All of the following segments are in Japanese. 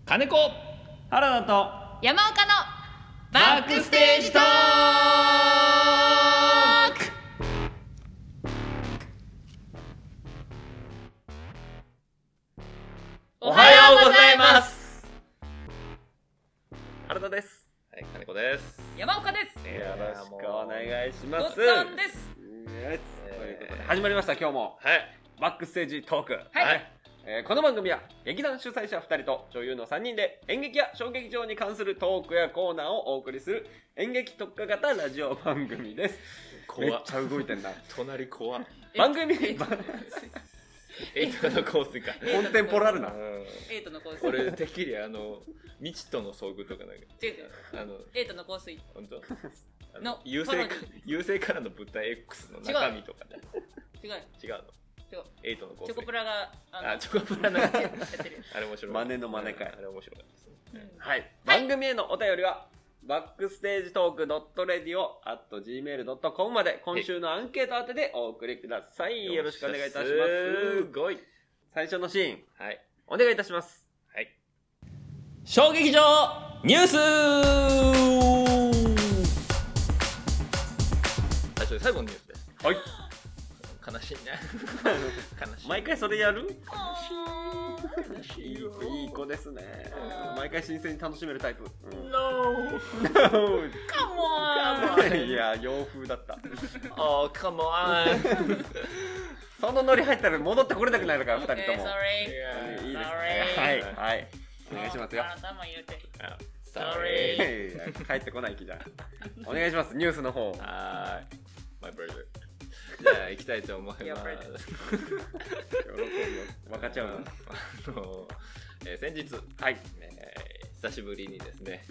金子原田と山岡のバックステージトーク。おはようございます。 原田です。 はい、金子です。 山岡です。 よろしくお願いします。 ごっつんです。 ということで始まりました。今日もはい、 バックステージトーク。 はいこの番組は劇団主催者2人と女優の3人で演劇や小劇場に関するトークやコーナーをお送りする演劇特化型ラジオ番組です。めっちゃ動いてんな。 隣怖っ。 番組エイトの香水か。 コンテンポラルな。 エイトの香水。 俺てっきり未知との遭遇とかなんかエイトの香水。 本当の優勢からの物体 X の中身とかね。 違うの。 エイトの香水。 チョコプラがチョコプラのやってる。あれ面白い。 真似の真似かい。 あれ面白かったですね。 はい。番組へのお便りはバックステージトーク .radio@gmail.com まで今週のアンケート宛てでお送りください。よろしくお願いいたします。 すごい。 最初のシーン、 はい、 お願いいたします。 はい。小劇場ニュース。最後のニュースです。 はい。 悲しいね。悲しい。 毎回それやる？ 悲しいよ。 いい子ですね。毎回新鮮に楽しめるタイプ。 No. Come on. いや、洋風だった。 Oh, come on. そのノリ入ったら戻ってこれなくなるから2人とも。 Sorry. いいですね。はいはい。お願いしますよ。 あなたも言うて。 Sorry. 帰ってこない気じゃん。お願いします。ニュースの方。 はい。My brother. じゃあ行きたいと思います。 喜びを分かっちゃうな。 先日、 はい、 久しぶりにですね、 うん、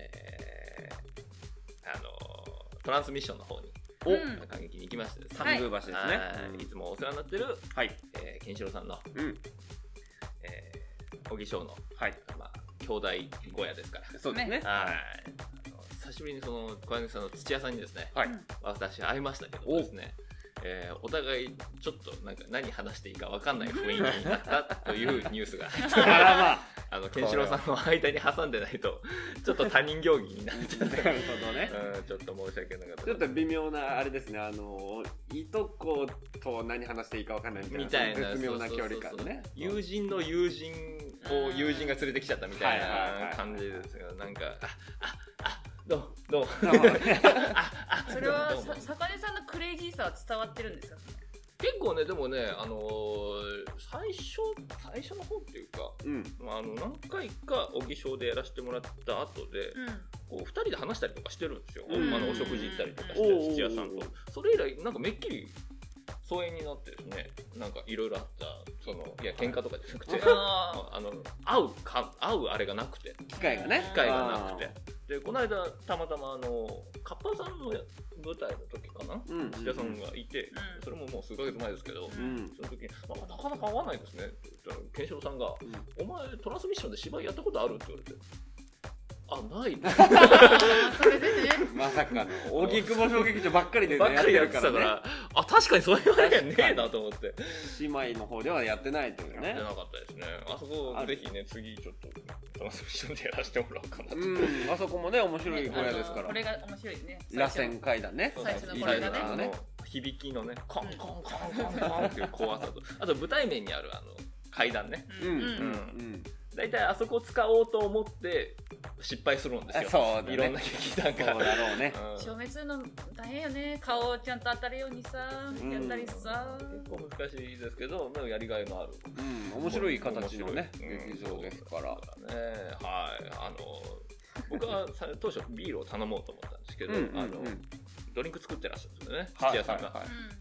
トランスミッションの方に感激に行きましてですね、 三宮橋ですね、 いつもお世話になってる、 はい、 ケンシロウさんの、 うん、 小木賞の、 はい、 まあ兄弟小屋ですから。 そうですね。 久しぶりにその小柳さんの土屋さんにですね、 はい、 私会いましたけどですね、お互いちょっとなんか何話していいか分かんない雰囲気になったというニュースがケンシロウさんの間に挟んでないとちょっと他人行儀になっちゃって、 なるほどね、 ちょっと申し訳なかった。 ちょっと微妙なあれですね、いとこと何話していいか分かんないみたいな絶妙な距離感ね。 友人の友人を友人が連れてきちゃったみたいな感じですよ。なんかどうそれは坂根さんのクレイジーさは伝わってるんですか？ 結構ね、でもね、最初の方っていうか、何回か小木賞でやらせてもらった後で、こう2人で話したりとかしてるんですよ。お食事行ったりとかして土屋さんと。それ以来なんかめっきり疎遠になってですね、なんかいろいろあった、いや喧嘩とかじゃなくて、会うあれがなくて、 機会がなくて、でこの間たまたまカッパさんの舞台の時かな、土屋さんがいて、それももう数ヶ月前ですけど、その時になかなか会わないですねって言ったら、ケンシロウさんが、お前トランスミッションで芝居やったことあるって言われて。ないそれでね、 まさかの荻窪小劇場ばっかりでやってるからね。 確かにそういうわけねえなと思って、 姉妹の方ではやってないというね。 やってなかったですね。あそこぜひね、次ちょっとトランスミッションでやらせてもらおうかなと。 あそこもね面白い小屋ですから。 これが面白いですね。 螺旋階段ね。 最初のこれがね、 響きのね、コンコンコンコンコンっていう怖さと、あと舞台面にある階段ね。だいたいあそこ使おうと思って失敗するんですよ。そうだね、いろんな劇団が。 そうだろうね。 照明するの大変よね。顔をちゃんと当たるようにさ、やったりさ。 結構難しいですけど、でもやりがいのある。 面白い形のね劇場ですから。 はい。僕は当初ビールを頼もうと思ったんですけど、ドリンク作ってらっしゃるんですよね、土屋さんが。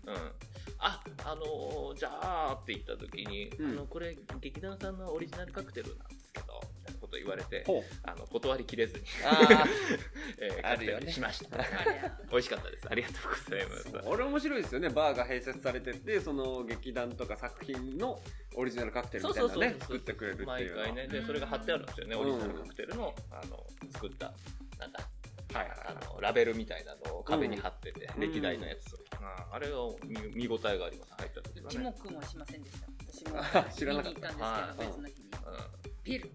じゃあって言った時に、これ劇団さんのオリジナルカクテルなんですけどみたいなこと言われて、断りきれずにカクテルにしました。美味しかったです。ありがとうございます。 俺面白いですよね。バーが併設されてて、その劇団とか作品のオリジナルカクテルみたいなね作ってくれるっていう毎回ね。でそれが貼ってあるんですよね、オリジナルカクテルの作ったなんだラベルみたいなのを壁に貼ってて、歴代のやつ、あれは見応えがあります。入った時はね。 一目もしませんでした。私も知らなかった。 見に行ったんですけど、別の日に。 ビール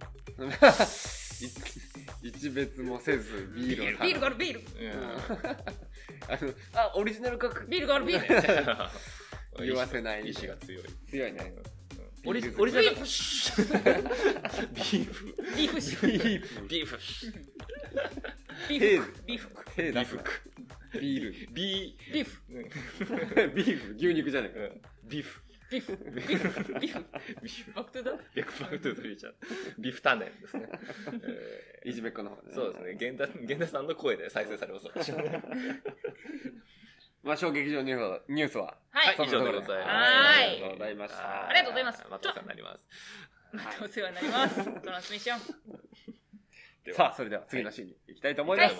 一別もせずビールをビールがあるビールオリジナル価格ビールがあるビール言わせない意志が強いねオリジナルビーフビーフビーフビーフビーフビーフ手出すビールビーフビーフ牛肉じゃねえかビーフビーフビーフビーフバックトゥーザバックトゥーザフューチャービーフタネンですねいじめっ子の方ねそうですね源田さんの声で再生されますまあ小劇場ニュースははい以上でございますありがとうございましたありがとうございますまたお世話になりますまたお世話になりますトランスミッションさあそれでは次のシーンに行きたいと思います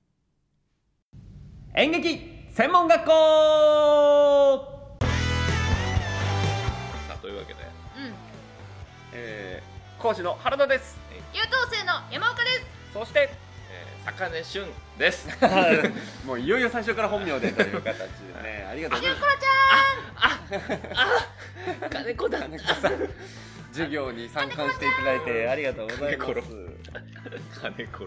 演劇専門学校さあというわけで講師の原田です優等生の山岡ですそして坂根俊ですもういよいよ最初から本名でという形でねありがとうございます金子だ授業に参観していただいてありがとうございます金子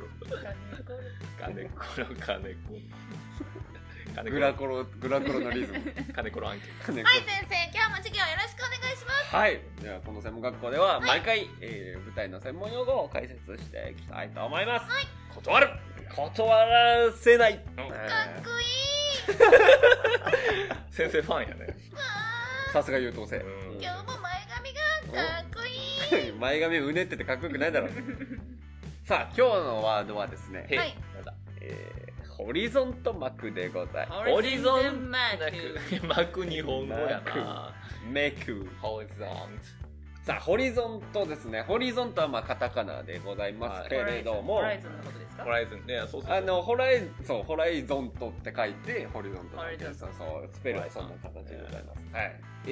グラコロのリズム金子の案件はい先生今日も授業よろしくお願いしますはいではこの専門学校では毎回、舞台の専門用語を解説していきたいと思います、 はい断らせないかっこいい先生ファンやねさすが優等生今日も前髪がかっこいい前髪うねっててかっこよくないだろうさあ今日のワードはですね、 はいホリゾント幕でございますホリゾン幕幕日本語やなメクホリゾンさあホリゾントですねホリゾントはまあカタカナでございますけれども、 ホライズンのことですかホライズンねそうホライゾントって書いてホリゾントなんです。そうスペルはそんな形でございます。はい。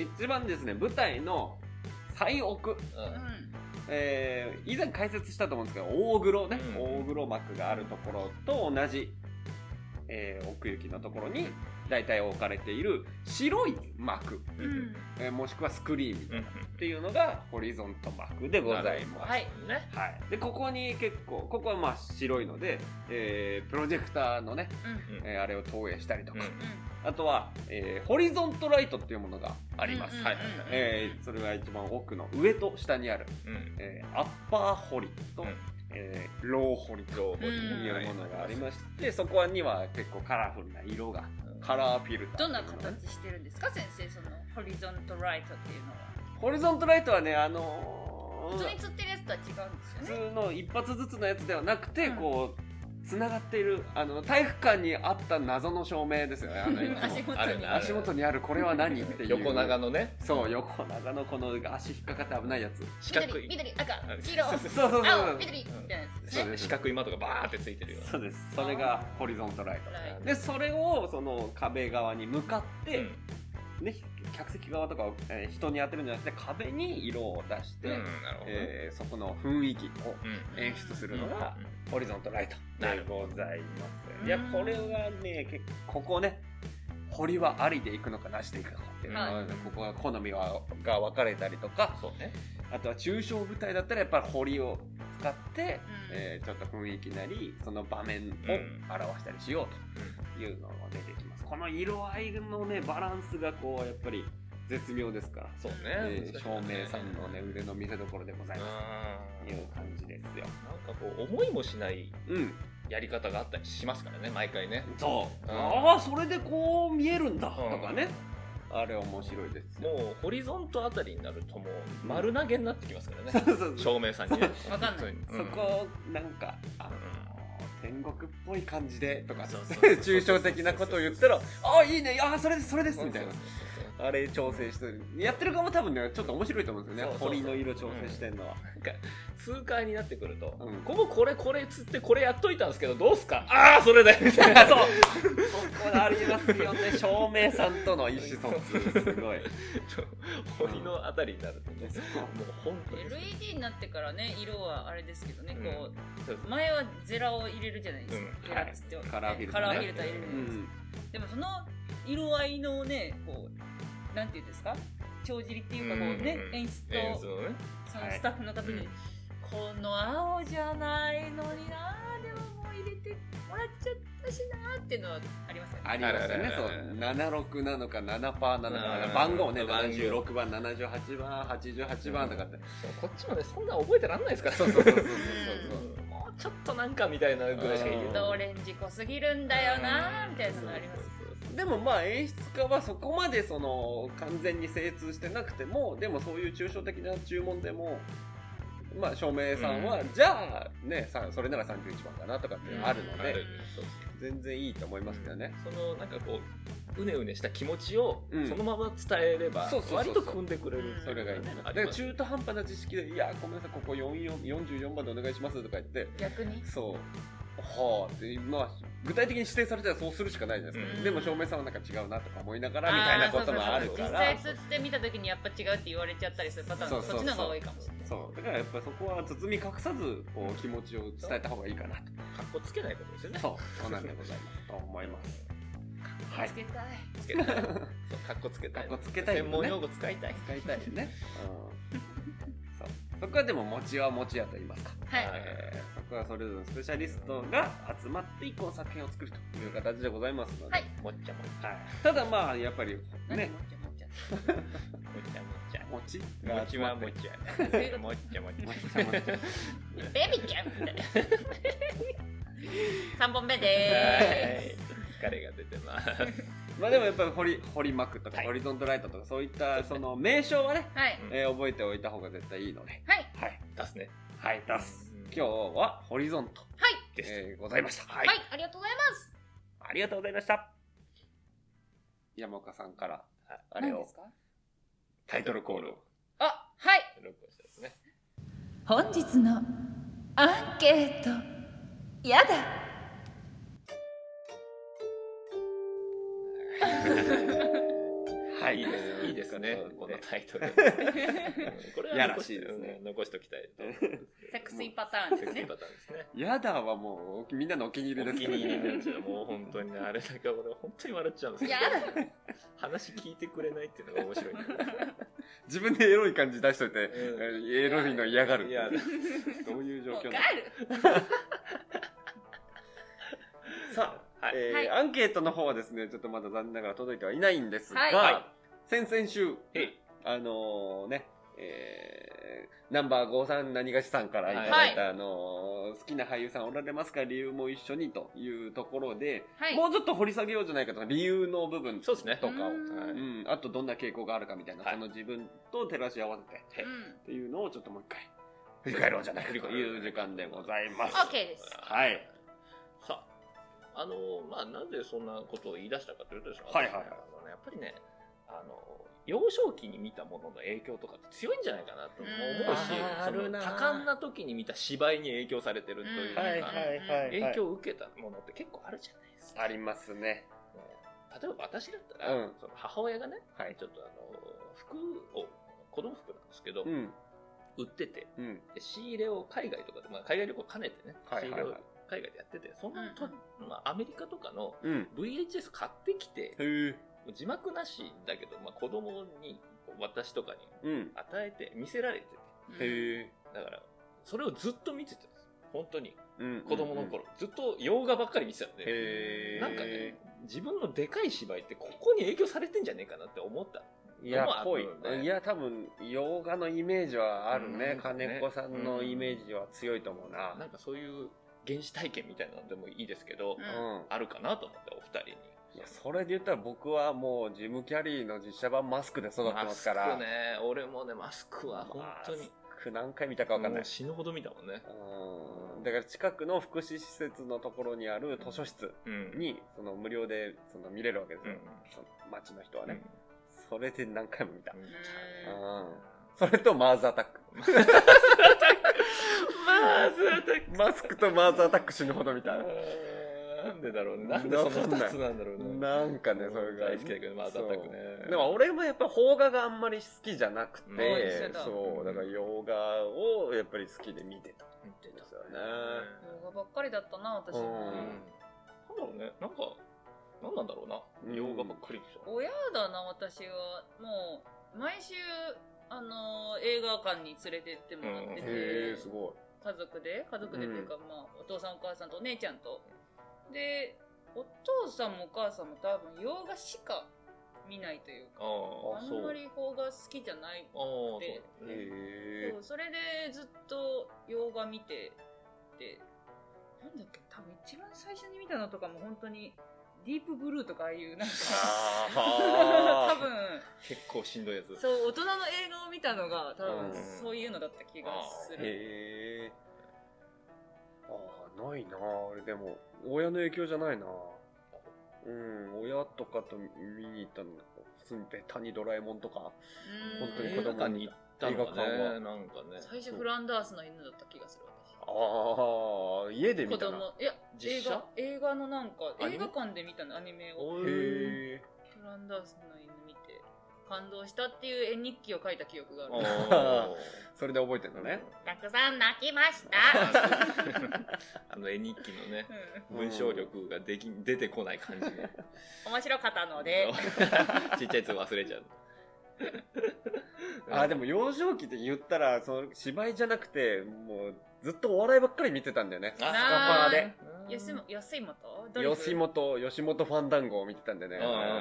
一番ですね舞台の最奥、以前解説したと思うんですけど大黒ね、大黒幕があるところと同じ、奥行きのところに大体置かれている白い幕、もしくはスクリーンみたいなっていうのがホリゾント幕でございます。 はいでここにここはまあ白いので、プロジェクターのね、あれを投影したりとか、あとは、ホリゾントライトっていうものがあります。それが一番奥の上と下にある、アッパーホリと、ローホリというものがありまして、そこには結構カラフルな色が、カラーフィルター、 どんな形してるんですか先生そのホリゾントライトっていうのはホリゾントライトはね普通に釣ってるやつとは違うんですよね普通の一発ずつのやつではなくて、こうつながっている体育館にあった謎の照明ですよね足元にあるこれは何っていう横長のねそう横長のこの足引っかかって危ないやつ四角い緑赤黄色そう青緑みたいなやつそうです四角い的がバーってついてるよそうですそれがホリゾントライトでそれをその壁側に向かってね客席側とか人に当てるんじゃなくて壁に色を出してそこの雰囲気を演出するのがホリゾントライトでございます。いやこれはねここね彫はありでいくのかなしでいくのかっていうのはここは好みが分かれたりとか、あとは抽象舞台だったらやっぱり彫を使って、ちょっと雰囲気なりその場面を表したりしようというのが出てきます。この色合いのねバランスがこうやっぱり絶妙ですからそうね照明さんのね腕の見せ所でございますという感じですよ。 なんかこう思いもしないやり方があったりしますからね毎回ねそうああそれでこう見えるんだとかねあれ面白いですもうホリゾントあたりになるともう丸投げになってきますからね照明さんにね分かんないそこなんか天国っぽい感じでとか抽象的なことを言ったらあいいねあそれですみたいなあれ調整してやってる側も多分ねちょっと面白いと思うんですよね彫の色調整してんのはなんか痛快になってくるとこれつってこれやっといたんですけどどうすかああそれだよみたいなそうそこありますよね照明さんとの意思疎通すごい彫のあたりになるとねもう本当に LED になってからね色はあれですけどねこう前はゼラを入れるじゃないですかゼラっつってカラーフィルター入れるじゃないですかでもその色合いのねこうなんていうんですか帳尻っていうかこうね演出とそのスタッフの方にここの青じゃないのにな、でももう入れてもらっちゃったしなっていうのはありますよね。 ありますよね。そう76なのか7%なのか、番号ね、76番78番88番とかって、 こっちもねそんな覚えてらんないですから。そうもうちょっとなんかみたいなぐらいしか言うとオレンジ濃すぎるんだよなみたいなのがあります。 でもまあ演出家はそこまでその完全に精通してなくても、でもそういう抽象的な注文でもまあ照明さんは、じゃあねそれなら31番かなとかってあるので、全然いいと思いますけどね。 そのなんかこううねうねした気持ちをそのまま伝えれば割と組んでくれる。 それがいい。だから中途半端な知識で、いやごめんなさいここ44番でお願いしますとか言って、 逆にそうはあってまあ具体的に指定されたらそうするしかないじゃないですか。でも照明さんはなんか違うなとか思いながらみたいなこともあるから、 実際釣ってみた時にやっぱ違うって言われちゃったりするパターン、そっちの方が多いかもしれない。 そうだからやっぱりそこは包み隠さずこう気持ちを伝えた方がいいかなと。 かっこつけないことですよね。 そうなんでございますと思います。 はい、つけたいつけたいそうかっこつけたい、 かっこつけたい、 専門用語使いたいよね。そこはでも餅は餅屋と言いますか、そこはそれぞれのスペシャリストが集まって一個の作品を作るという形でございますので、 もっちゃもっちゃ、 ただまあやっぱりねもっちゃもっちゃ餅餅は餅やもっちゃもっちゃベビちゃんみたいな3本目でーす。 疲れが出てます。 まあでもやっぱり掘りまくとか、ホリゾントライトとかそういったその名称はね、覚えておいた方が絶対いいので、 出すね。 出す。今日はホリゾントでございました。 はい、ありがとうございます。 ありがとうございました。山岡さんからあれをタイトルコールを。 はい。本日のアンケートやだ。 はい、いいですね、このタイトル。これはやらしいですね。 残しておきたい。 セクシーパターンですね。 やだはもうみんなのお気に入りです。 お気に入りになっちゃう。もう本当にね、あれだけ俺本当に笑っちゃうんですけど。話聞いてくれないっていうのが面白い。 自分でエロい感じ出しといて、エロいの嫌がる。どういう状況なの？さあ、アンケートの方はですね、ちょっとまだ残念ながら届いてはいないんですが、先々週、ナンバー53何がしさんからいただいた、好きな俳優さんおられますか、理由も一緒にというところで、もうちょっと掘り下げようじゃないかとか、理由の部分とかを、あとどんな傾向があるかみたいな、その自分と照らし合わせてっていうのをちょっともう一回振り返ろうじゃないかという時間でございます。 OK です。 はい。 さあ、まあなぜそんなことを言い出したかというとですね、やっぱりね、幼少期に見たものの影響とかって強いんじゃないかなと思うし、多感な時に見た芝居に影響されてるというか、影響を受けたものって結構あるじゃないですか。 ありますね。 例えば私だったら、その母親がね、ちょっと服を、子供服なんですけど、売ってて、仕入れを海外とかで、海外旅行兼ねてね、仕入れを海外でやってて、そのと、アメリカとかの VHS 買ってきて、字幕なしだけど、子供に私とかに与えて見せられてて、だからそれをずっと見てたんです。本当に子供の頃ずっと洋画ばっかり見てたんで、なんかね、自分のでかい芝居ってここに影響されてんじゃねえかなって思った。 いや、多分洋画のイメージはあるね。金子さんのイメージは強いと思うな。 なんかそういう原始体験みたいなのでもいいですけど、あるかなと思ってお二人に。 いや、それで言ったら僕はもうジム・キャリーの実写版マスクで育ってますから。 マスクね、俺もね、マスクは本当に。マスク何回見たか分かんない。 死ぬほど見たもんね。 だから近くの福祉施設のところにある図書室に、その無料で見れるわけですよ。街の人はね。それで何回も見た。それとマーズアタック。マスクとマーズアタック死ぬほど見た。 なんでだろうね。なんでその2つなんだろうね。 なんかね、それが大好きだけど、マーズアタックね。 でも俺もやっぱ邦画があんまり好きじゃなくて、そう、だから洋画をやっぱり好きで見てた。 見てたよね。洋画ばっかりだったな、私も。 なんだろうね。なんか、なんなんだろうな。洋画ばっかりでしょ。 親だな、私は。もう、毎週、 映画館に連れてってもらってて、 すごい。 家族でっていうか、まあお父さんお母さんとお姉ちゃんとで、お父さんもお母さんも多分洋画しか見ないというか、あんまり邦画好きじゃないくて、それでずっと洋画見てて、なんだっけ、多分一番最初に見たのとかも本当にディープブルーとかああいうなんか多分結構しんどいやつ。 そう大人の映画を見たのが多分そういうのだった気がする。 ないなあれ。でも親の影響じゃないな。親とかと見に行ったのベタにドラえもんとか、本当に子供に行ったのがね、 なんかね、 最初フランダースの犬だった気がする私。 家で見たな。 いや映画のなんか映画館で見たの、アニメを。フランダースの犬見て感動したっていう絵日記を書いた記憶がある。 それで覚えてるのね。 たくさん泣きました。 絵日記のね、文章力が出てこない感じで面白かったのでちっちゃいやつ忘れちゃう。 でも幼少期って言ったらその芝居じゃなくてもうずっとお笑いばっかり見てたんだよね。スカパーで吉本ファンダンゴを見てたんでね。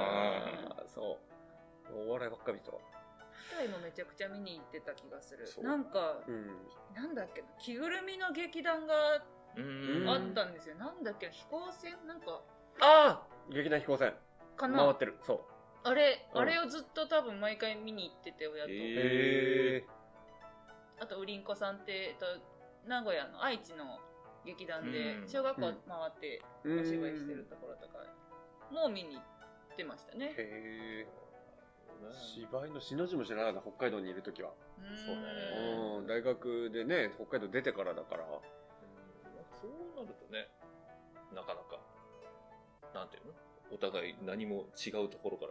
そうお笑いばっかり見てたわ。 舞台もめちゃくちゃ見に行ってた気がする。なんか、なんだっけな、着ぐるみの劇団があったんですよ。なんだっけな、飛行船なんか劇団飛行船かな、 回ってる。そうあれをずっと多分毎回見に行ってて、親と。あとウリンコさんって名古屋の愛知の劇団で小学校回ってお芝居してるところとかも見に行ってましたね。 芝居のしの字も知らなかった、北海道にいるときは。そうね。大学でね、北海道出てからだから。 そうなるとね、なかなかなんていうの、お互い何も違うところから、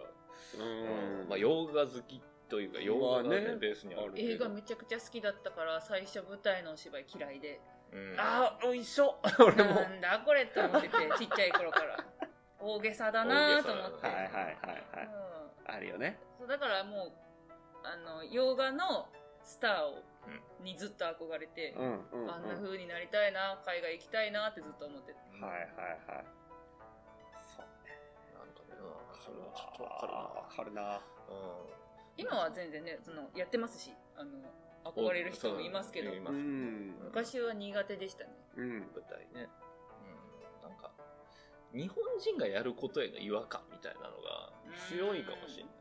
洋画好きというか洋画がねベースにある。 映画めちゃくちゃ好きだったから最初舞台のお芝居嫌いで、 一緒。俺もなんだこれって思ってて、ちっちゃい頃から大げさだなと思って。 あるよね。 だからもう洋画のスターにずっと憧れて、あんな風になりたいな、海外行きたいなってずっと思ってて。 そうね。 なんかね、それはちょっとわかるな。 今は全然ね、やってますし、憧れる人もいますけど、昔は苦手でしたね。 舞台ね。なんか日本人がやることへの違和感みたいなのが強いかもしれない。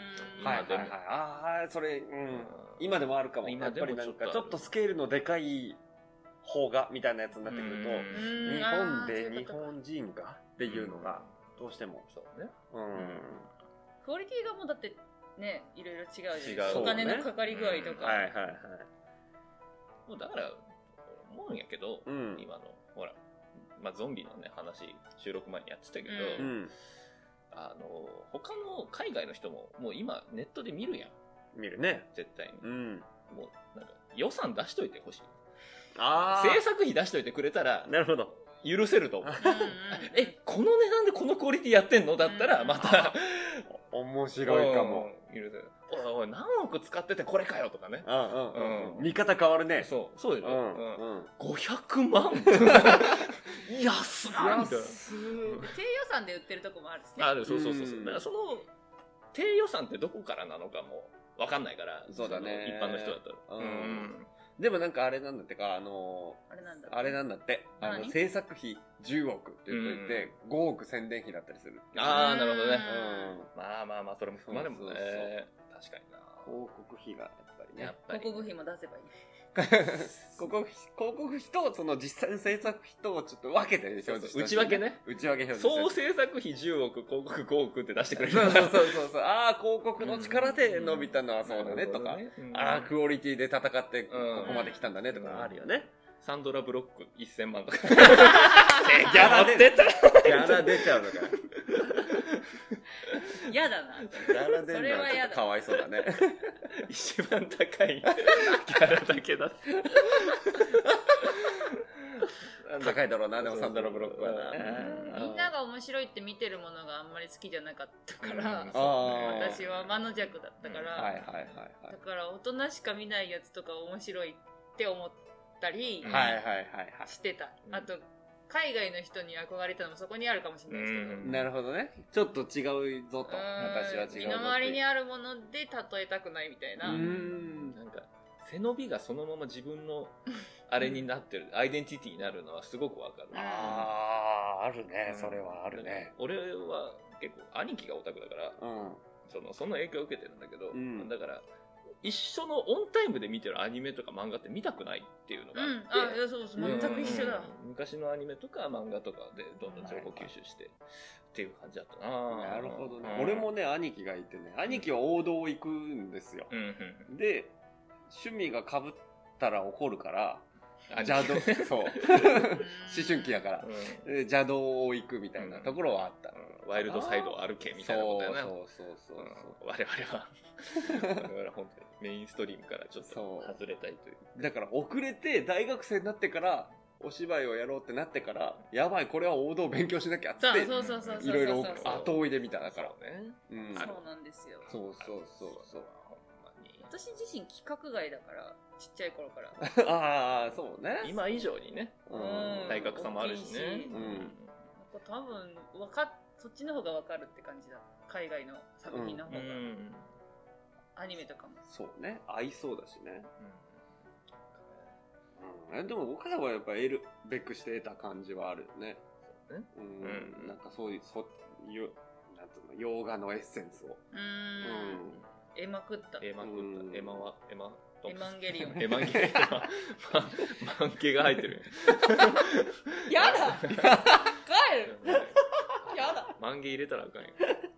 それ、今でもあるかも。やっぱりなんかちょっとスケールのでかい邦画みたいなやつになってくると、日本で日本人がっていうのがどうしても。 そうね。 クオリティがもうだってね、いろいろ違うじゃない。お金のかかり具合とか。 もうだから思うんやけど、今のほら、ゾンビのね話収録前にやってたけど。他の海外の人ももう今ネットで見るやん。 見るね、 絶対に。もうなんか予算出しといてほしい。 制制作費出しといてくれたら、 なるほど、 許せると思う。この値段でこのクオリティやってんのだったらまた面白いかも。 許せる。おい何億使っててこれかよとかね。 見方変わるね。 そうでしょ。500万安なみたいな。 低予算で売ってるとこもあるしね。 そうだからその低予算ってどこからなのかも分かんないから。 そうだね、 一般の人だったら。 でもなんかあれなんだってか、あれなんだって、制作費10億って言って、5億宣伝費だったりする。 なるほどね。まあそれも含まれるもんね。確かにな。 広告費がやっぱりね。 広告費も出せばいい。 広告費とその実際の制作費とちょっと分けて表示して、 内訳ね。 内訳表示。 総制作費10億、広告5億って出してくれる。 そう。広告の力で伸びたのはそうだねとか、クオリティで戦ってここまで来たんだねとかあるよね。 サンドラブロック1000万とか。 ギャラ出ちゃうのか。 嫌だな。 ギャラ出るのはちょっとかわいそうだね。 一番高いギャラだけ出す。 高いだろうな、でもサンドラブロックはな。 みんなが面白いって見てるものがあんまり好きじゃなかったから、私は魔の弱だったから、だから大人しか見ないやつとか面白いって思ったりしてた。あと海外の人に憧れたのもそこにあるかもしれないですけど。 なるほどね。ちょっと違うぞと。私は違うぞ。 身の回りにあるもので例えたくないみたいな。 なんか背伸びがそのまま自分のあれになってる、アイデンティティになるのはすごくわかる。 あるね、それはあるね。 俺は結構兄貴がオタクだから、その影響を受けてるんだけど、だから一緒のオンタイムで見てるアニメとか漫画って見たくないっていうのがあって、 そう全く一緒だ。 昔のアニメとか漫画とかでどんどん情報吸収してっていう感じだったな。 なるほどね。俺もね、兄貴がいてね、兄貴は王道行くんですよ。で、趣味が被ったら怒るから、邪道、そう。思春期だから、邪道を行くみたいなところはあった。 ワイルドサイドを歩けみたいなことだよね。 そう。 我々は本当にメインストリームからちょっと外れたいという。 だから遅れて大学生になってからお芝居をやろうってなってから、やばいこれは王道を勉強しなきゃっていろいろ後追いで見ただからね。そうなんですよ。 そう。 私自身規格外だからちっちゃい頃からそうね。 今以上にね、体格差もあるしね。 多分そっちの方が分かるって感じだ。海外の作品の方が、アニメとかもそうね、合いそうだしね。でも岡田はやっぱベックして得た感じはあるよね。なんかそういうなんていうの、洋画のエッセンスをエマンゲリオン。 マンケが入ってる。 やだ帰るやだマンゲ入れたらあかんよ。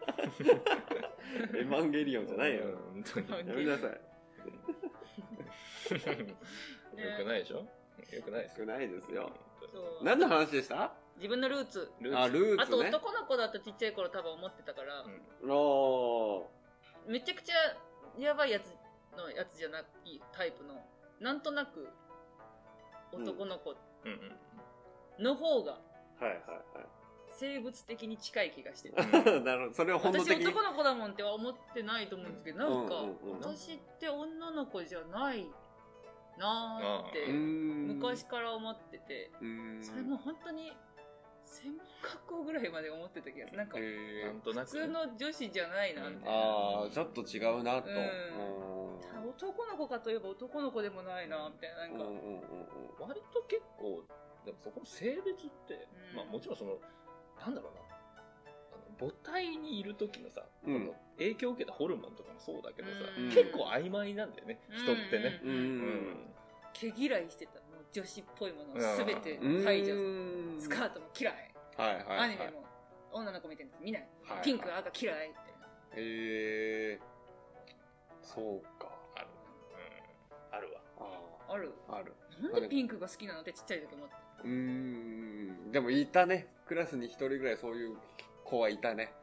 エマンゲリオンじゃないよ。本当に。やめなさい。 よくないでしょ？よくないですよ。 よくないですよ。何の話でした？ 自分のルーツ。 ルーツ。 あと男の子だとちっちゃい頃多分思ってたから。めちゃくちゃやばいやつじゃないタイプの、なんとなく男の子の方が生物的に近い気がしてる。なるほど。それは本能的に。 私男の子だもんっては思ってないと思うんですけど、なんか私って女の子じゃないなーって昔から思ってて、それも本当に専門学校ぐらいまで思ってた気がする。なんか普通の女子じゃないなみたいな。 ちょっと違うなと。 男の子かといえば男の子でもないなみたいな。なんか割と結構でもそこの性別って、まあもちろんそのなんだろうな、母体にいる時のさ、影響を受けたホルモンとかもそうだけどさ、結構曖昧なんだよね、人ってね。 毛嫌いしてた。女子っぽいものを全て排除。スカートも嫌い。アニメも女の子見てるんです見ない。ピンク赤嫌いって。 そうか。 あるわ。 ある。なんでピンクが好きなのってちっちゃい時思って。 でもいたね。クラスに一人ぐらいそういう子はいたね。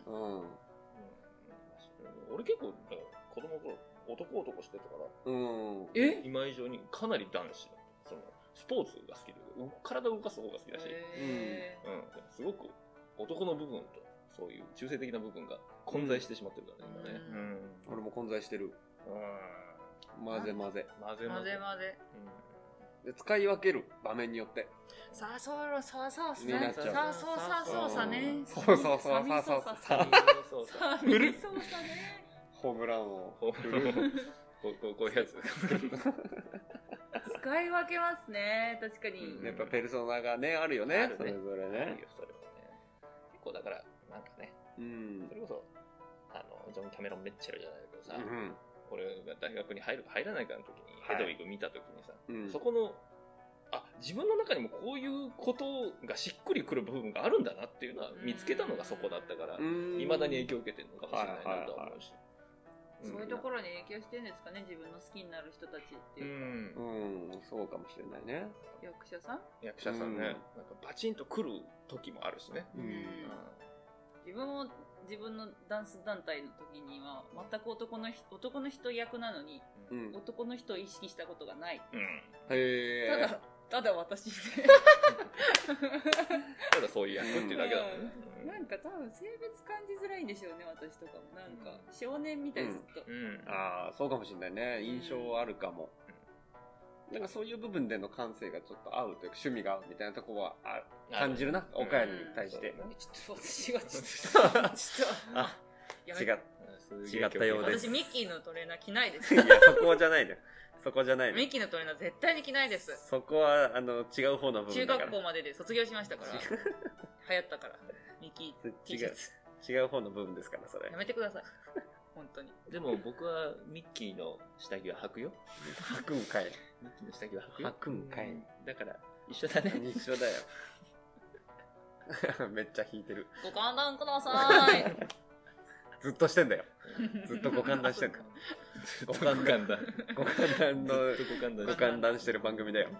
俺結構子供の頃男してたから、今以上にかなり男子だ。そのスポーツが好きで体を動かす方が好きだし、すごく男の部分とそういう中性的な部分が混在してしまってるからね、今ね。 俺も混在してる。混ぜ。で使い分ける場面によって。 さあそうホームランをこういうやつ使い分けますね。確かにやっぱペルソナがねあるよね。それぞれね。 結構だからなんかね、それこそジョン・キャメロン・メッチェルじゃないけどさ、俺が大学に入るか入らないかの時にヘドウィグ見た時にさ、そこの自分の中にもこういうことがしっくりくる部分があるんだなっていうのは見つけたのがそこだったから、未だに影響を受けてるのかもしれないなと思うし、 そういうところに影響してるんですかね、自分の好きになる人たちっていうか。 そうかもしれないね。 役者さんね、なんかバチンと来る時もあるしね。 自分も自分のダンス団体の時には全く男の人役なのに、男の人を意識したことがない。ただただ私でただそういう役っていうだけだもんね。 なんか多分性別感じづらいんでしょうね、私とかも。なんか少年みたいずっと。 ああ、そうかもしれないね。印象あるかも。なんかそういう部分での感性がちょっと合うというか、趣味が合うみたいなところは感じるな、岡谷に対して。 ちょっと私が違ったようです。 私ミッキーのトレーナー着ないです。 いや、そこじゃないね。そこじゃないね。 ミッキーのトレーナー絶対に着ないです。 そこは違う方の部分だから。 中学校までで卒業しましたから流行ったからミッキー T シャツ違う方の部分ですからそれ。 やめてください本当に。 でも僕はミッキーの下着は履くよ。 履くんかい。 ミッキーの下着は履くよ。 履くんかい。 だから一緒だね。 一緒だよめっちゃ引いてる。 ご歓談くださいずっとしてんだよ。ずっとご歓談してんだ。ご歓談してる番組だよ。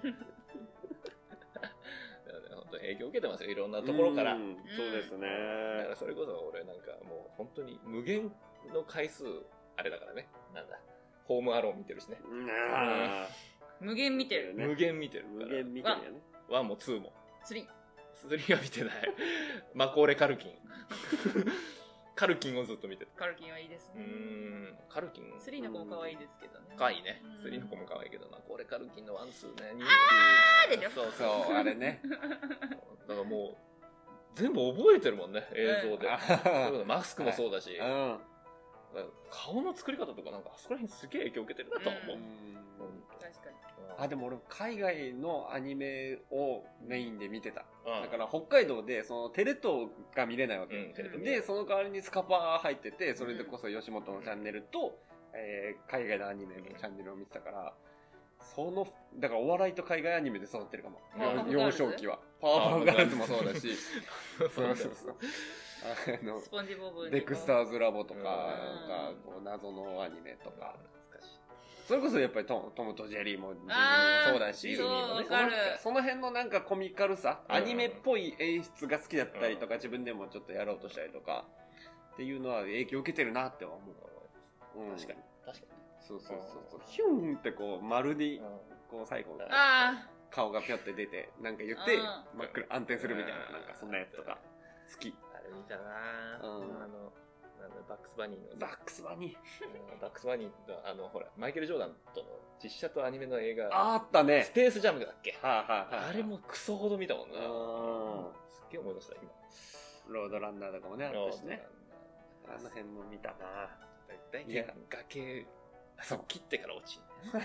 本当影響受けてますよ、いろんなところから。 そうですね。 だからそれこそ俺なんかもう本当に無限の回数あれだからね。なんだ、ホームアローン見てるしね。 無限見てる。 無限見てるから。 無限見てるよね。 1も2も。 3 は見てない。マコーレ・カルキン。カルキンをずっと見てる。 カルキンはいいですね。 カルキン。 3の子も可愛いですけどね。 可愛いね。3の子も可愛いけどな。これカルキンの1、2ね。 そうそう、あれね。 だからもう、全部覚えてるもんね、映像で。マスクもそうだし。顔の作り方とかなんか、あそこら辺すげえ影響受けてるなと思う。 確かに。 でも俺海外のアニメをメインで見てた。だから北海道でそのテレ東が見れないわけ。で、その代わりにスカパー入ってて、それでこそ吉本のチャンネルと、海外のアニメのチャンネルを見てたから、だからお笑いと海外アニメで育ってるかも。幼少期は。パワーパフガールズもそうだし。そう。 スポンジボブデクスターズラボとか、謎のアニメとか。それこそやっぱりトムとジェリーもディズニーもそうだし、その辺のなんかコミカルさ、アニメっぽい演出が好きだったりとか、自分でもちょっとやろうとしたりとかっていうのは影響を受けてるなって思う。 確かに。 そう。ヒューンってこう丸にこう最後顔がピョって出てなんか言って真っ暗暗転するみたいな、なんかそんなやつとか好き。 あれ見たな。バックスバニーの。 バックスバニーほら、マイケル・ジョーダンとの実写とアニメの映画。 あったね。 スペースジャムだっけ。 あれもクソほど見たもんな。すっげえ思い出した、今。 ロードランナーとかもね、あったしね。あの辺も見たな。 大体崖、切ってから落ちん。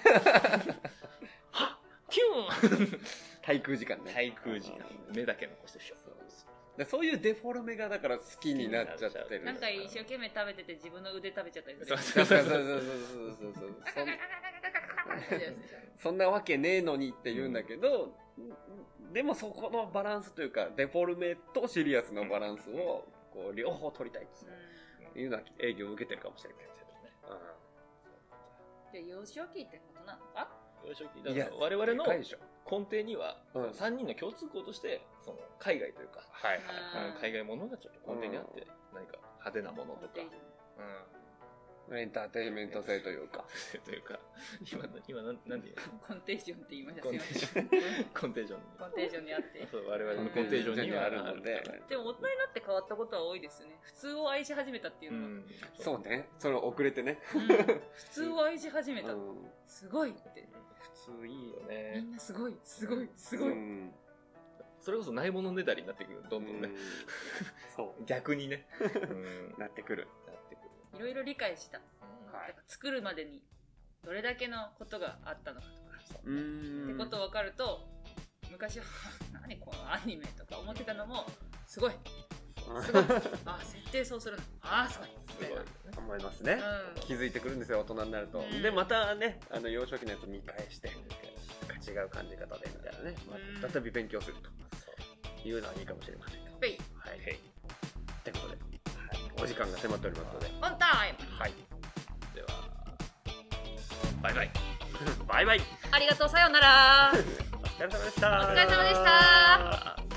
はっピューン滞空時間ね。 滞空時間。目だけ残してしょ。 そういうデフォルメがだから好きになっちゃってる。 なんか一生懸命食べてて自分の腕食べちゃったりする。 そんなわけねえのにって言うんだけど、でもそこのバランスというかデフォルメとシリアスのバランスをこう両方取りたいっていうのは影響を受けてるかもしれないけどね。 じゃあ幼少期ってことなのか？ 幼少期だから我々の根底には3人の共通項としてその海外というか海外ものがちょっと根底にあって何か派手なものとかエンターテインメント性というか今なんでコンテージョンって言いましたよね。 コンテージョンにあって我々のコンテージョンにはあるので。 でも大人になって変わったことは多いですよね。普通を愛し始めたっていうのは。 そうね、それ遅れてね。 普通を愛し始めた。すごいって。 普通いいよね。 みんなすごい。それこそないものねだりになってくる、どんどんね。逆にね。 なってくる。 いろいろ理解した。作るまでにどれだけのことがあったのかとか。ってこと分かると、昔は何このアニメとか思ってたのもすごい。設定そうするの。すごい。 思いますね。気づいてくるんですよ、大人になると。で、またね、幼少期のやつ見返して、違う感じ方でみたいなね。再び勉強するというのはいいかもしれません。はい。ということで、お時間が迫っておりますので。 オンタイム。 はい。では、バイバイ。 バイバイ。 ありがとう、さようなら。 お疲れ様でした。 お疲れ様でした。